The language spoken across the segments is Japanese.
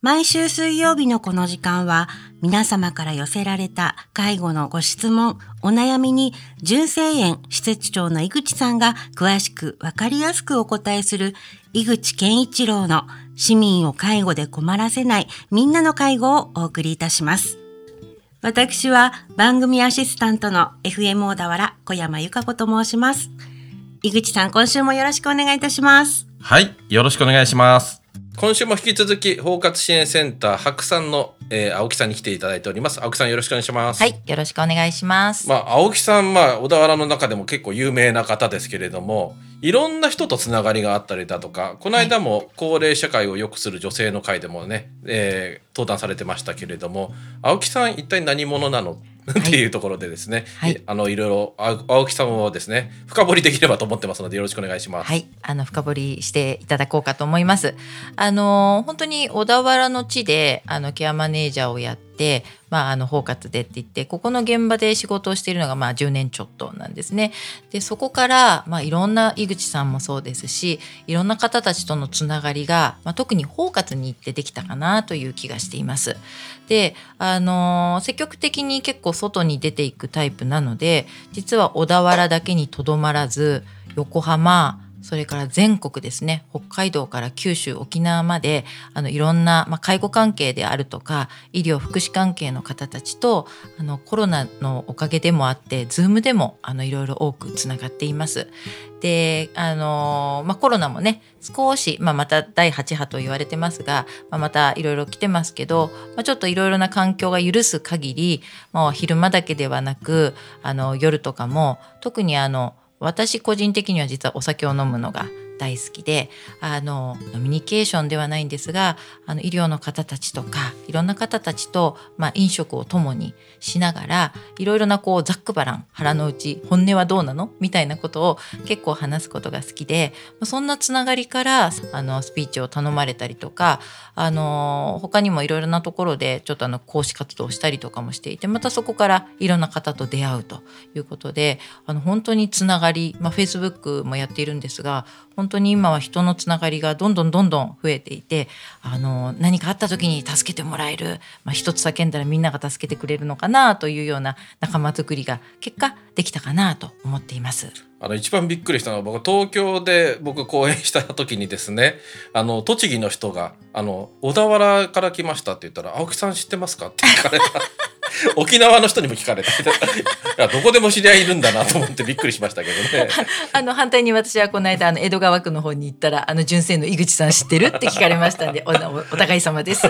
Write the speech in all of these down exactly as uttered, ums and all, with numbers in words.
毎週水曜日のこの時間は皆様から寄せられた介護のご質問、お悩みに純正園施設長の井口さんが詳しくわかりやすくお答えする井口健一郎の市民を介護で困らせないみんなの介護をお送りいたします。私は番組アシスタントの エフエム 小田原小山由香子と申します。井口さん、今週もよろしくお願いいたします。 はい、よろしくお願いします。今週も引き続き包括支援センター白さんの、えー、青木さんに来ていただいております。青木さん、よろしくお願いします。 はい、よろしくお願いします。 まあ、青木さん、まあ、小田原の中でも結構有名な方ですけれども、いろんな人とつながりがあったりだとか、この間も高齢社会を良くする女性の会でもね、えー、登壇されてましたけれども、青木さん一体何者なのっていうところでですね、はい、あのいろいろ青木さんをですね深掘りできればと思ってますので、よろしくお願いします。 はい、あの深掘りしていただこうかと思います。あの本当に小田原の地であのケアマネージャーをやって、まあ、あの包括でって言ってここの現場で仕事をしているのがまあじゅうねんちょっとなんですね。でそこから、まあ、いろんな井口さんもそうですし、いろんな方たちとのつながりが、まあ、特に包括に行ってできたかなという気がしています。で、あの積極的に結構外に出ていくタイプなので、実は小田原だけにとどまらず横浜、それから全国ですね、北海道から九州、沖縄まであのいろんな、まあ、介護関係であるとか医療福祉関係の方たちとあのコロナのおかげでもあって Zoom でもあのいろいろ多くつながっています。であの、まあ、コロナもね少し、まあ、まただいはち波と言われてますが、まあ、またいろいろ来てますけど、まあ、ちょっといろいろな環境が許す限り、まあ、昼間だけではなくあの夜とかも特にあの私個人的には実はお酒を飲むのが大好きで、あのノミニケーションではないんですが、あの医療の方たちとかいろんな方たちと、まあ、飲食を共にしながらいろいろなこうざっくばらん腹の内本音はどうなのみたいなことを結構話すことが好きで、そんなつながりからあのスピーチを頼まれたりとか、あの他にもいろいろなところでちょっとあの講師活動をしたりとかもしていて、またそこからいろんな方と出会うということで、あの本当につながり、まあ、Facebook もやっているんですが、本当に今は人のつながりがどんどんどんどん増えていて、あの何かあった時に助けてもらえる、まあ、一つ叫んだらみんなが助けてくれるのかなというような仲間づくりが結果できたかなと思っています。 あの一番びっくりしたのは、僕東京で僕講演した時にですね、あの栃木の人があの小田原から来ましたって言ったら、青木さん知ってますかって聞かれた沖縄の人にも聞かれたいや、どこでも知り合いいるんだなと思ってびっくりしましたけどねあの反対に私はこの間あの江戸川区の方に行ったら、あの純正の井口さん知ってるって聞かれましたんで お, お, お互い様です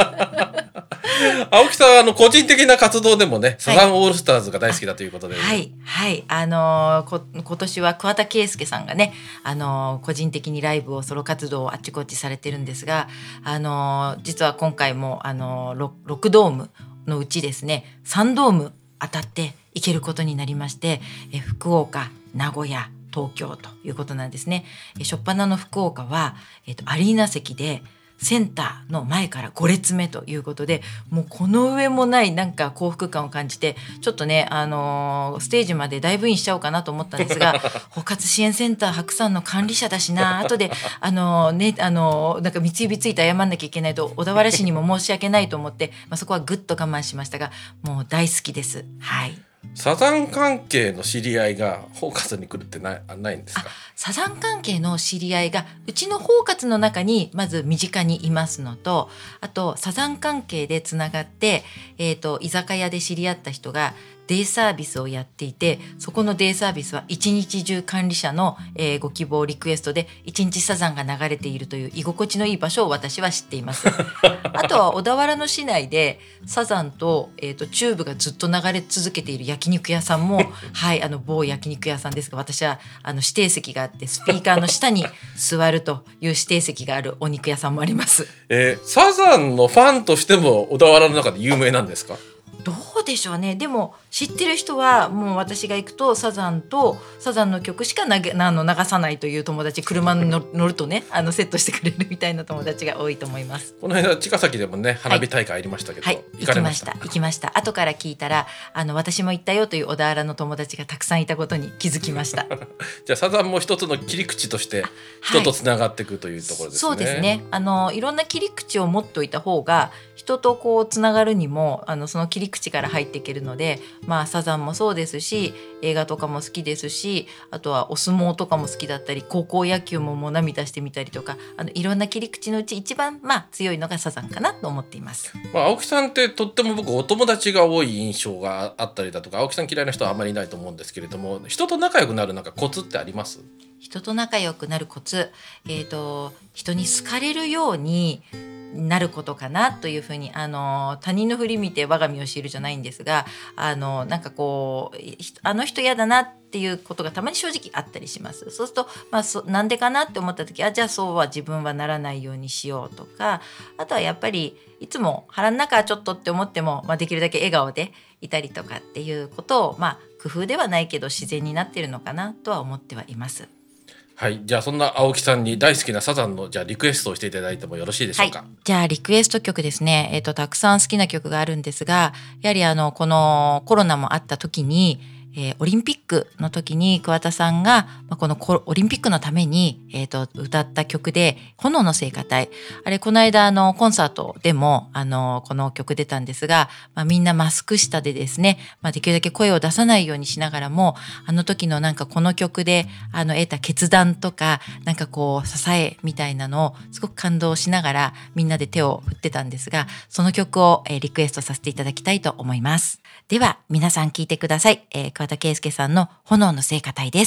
青木さん、あの個人的な活動でもね、サザンオールスターズが大好きだということで、 はいはい、あのー、こ今年は桑田佳祐さんがね、あのー、個人的にライブをソロ活動をあっちこっちされてるんですが、あのー、実は今回も、あのー、ろくドームのうちですねさんドーム当たって行けることになりまして、え福岡、名古屋、東京ということなんですね。え初っ端の福岡は、えっと、アリーナ席でセンターの前からご列目ということで、もうこの上もないなんか幸福感を感じて、ちょっとね、あのー、ステージまでダイブインしちゃおうかなと思ったんですが包括支援センター白さんの管理者だしな、後であのー、ね、あのー、なんか三つ指ついて謝んなきゃいけないと小田原市にも申し訳ないと思って、まあ、そこはぐっと我慢しましたが、もう大好きです。はい。 サザン関係の知り合いが包括に来るって な, ないんですか？ サザン関係の知り合いがうちの包括の中にまず身近にいますのと、あとサザン関係でつながって、えーと、居酒屋で知り合った人がデイサービスをやっていて、そこのデイサービスは一日中管理者の、えー、ご希望リクエストで一日サザンが流れているという居心地のいい場所を私は知っていますあとは小田原の市内でサザン と,、えーとチューブがずっと流れ続けている焼肉屋さんもはい、あの某焼肉屋さんですが、私はあの指定席があってスピーカーの下に座るという指定席があるお肉屋さんもあります、 えー、サザンのファンとしても小田原の中で有名なんですか？ どううでしょうね。でも知ってる人はもう私が行くとサザンとサザンの曲しか投げあの流さないという友達、車に乗るとねあのセットしてくれるみたいな友達が多いと思います。 この間茅ヶ崎でもね花火大会ありましたけど、 はい、 行かれました？ 行きました行きました。後から聞いたらあの私も行ったよという小田原の友達がたくさんいたことに気づきましたじゃあサザンも一つの切り口として人とつながっていくというところですね。 そうですね。あのいろんな切り口を持っておいた方が人とこうつながるにもあのその切り口から入っていけるので、まあサザンもそうですし映画とかも好きですし、あとはお相撲とかも好きだったり高校野球ももう涙してみたりとか、あのいろんな切り口のうち一番まあ強いのがサザンかなと思っています。 まあ、青木さんってとっても僕お友達が多い印象があったりだとか、青木さん嫌いな人はあまりいないと思うんですけれども、人と仲良くなるなんかコツってあります？ 人と仲良くなるコツ、えーと、人に好かれるようになることかなというふうに、あの他人の振り見て我が身を知るじゃないんですが、あのなんかこうあの人嫌だなっていうことがたまに正直あったりします。そうすると、まあ、そなんでかなって思った時、あじゃあそうは自分はならないようにしようとか、あとはやっぱりいつも腹の中はちょっとって思っても、まあ、できるだけ笑顔でいたりとかっていうことを、まあ、工夫ではないけど自然になっているのかなとは思ってはいます。 はい、じゃあそんな青木さんに大好きなサザンのじゃあリクエストをしていただいてもよろしいでしょうか？ はい、じゃあリクエスト曲ですね、えーと、たくさん好きな曲があるんですが、やはりあのこのコロナもあった時に、えー、オリンピックの時に桑田さんが、まあ、このオリンピックのために、えーと、歌った曲で炎の聖歌隊、あれこの間あのコンサートでもあのこの曲出たんですが、まあ、みんなマスク下でですね、まあ、できるだけ声を出さないようにしながらも、あの時のなんかこの曲であの得た決断とかなんかこう支えみたいなのをすごく感動しながらみんなで手を振ってたんですが、その曲を、えー、リクエストさせていただきたいと思います。では皆さん聴いてください。えー、桑田佳祐さんの炎の聖歌隊です。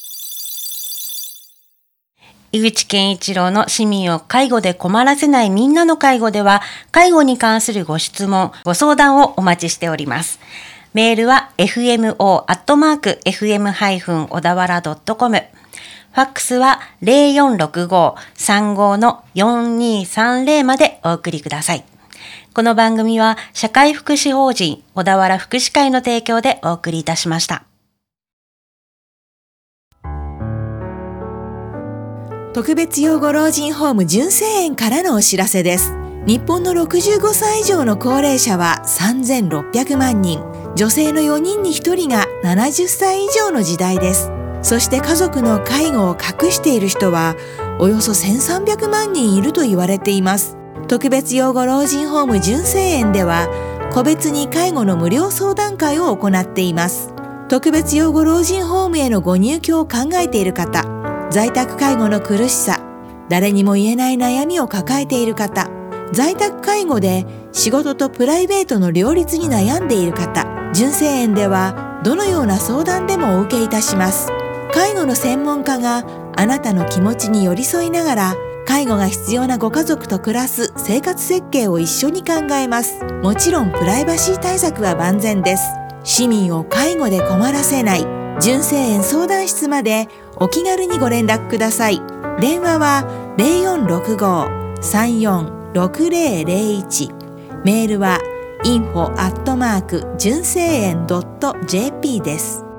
井口健一郎の市民を介護で困らせないみんなの介護では、介護に関するご質問、ご相談をお待ちしております。メールは エフエムオー アットマーク エフエム 小田原 ドットコム。ファックスは ゼロよんろくご さんご のよんにさんゼロまでお送りください。この番組は社会福祉法人小田原福祉会の提供でお送りいたしました。 特別養護老人ホーム純正園からのお知らせです。日本のろくじゅうごさい以上の高齢者はさんぜんろっぴゃくまんにん、女性のよにんにひとりがななじゅっさい以上の時代です。そして家族の介護を隠している人はおよそせんさんびゃくまんにんいると言われています。特別養護老人ホーム純正園では個別に介護の無料相談会を行っています。特別養護老人ホームへのご入居を考えている方、在宅介護の苦しさ、誰にも言えない悩みを抱えている方、在宅介護で仕事とプライベートの両立に悩んでいる方、純正園ではどのような相談でもお受けいたします。介護の専門家があなたの気持ちに寄り添いながら、介護が必要なご家族と暮らす生活設計を一緒に考えます。もちろんプライバシー対策は万全です。市民を介護で困らせない純正園相談室までお気軽にご連絡ください。電話は ゼロよんろくご さんよんろくゼロゼロいち、メールは インフォ アットマーク 純正園 ドット ジェーピー です。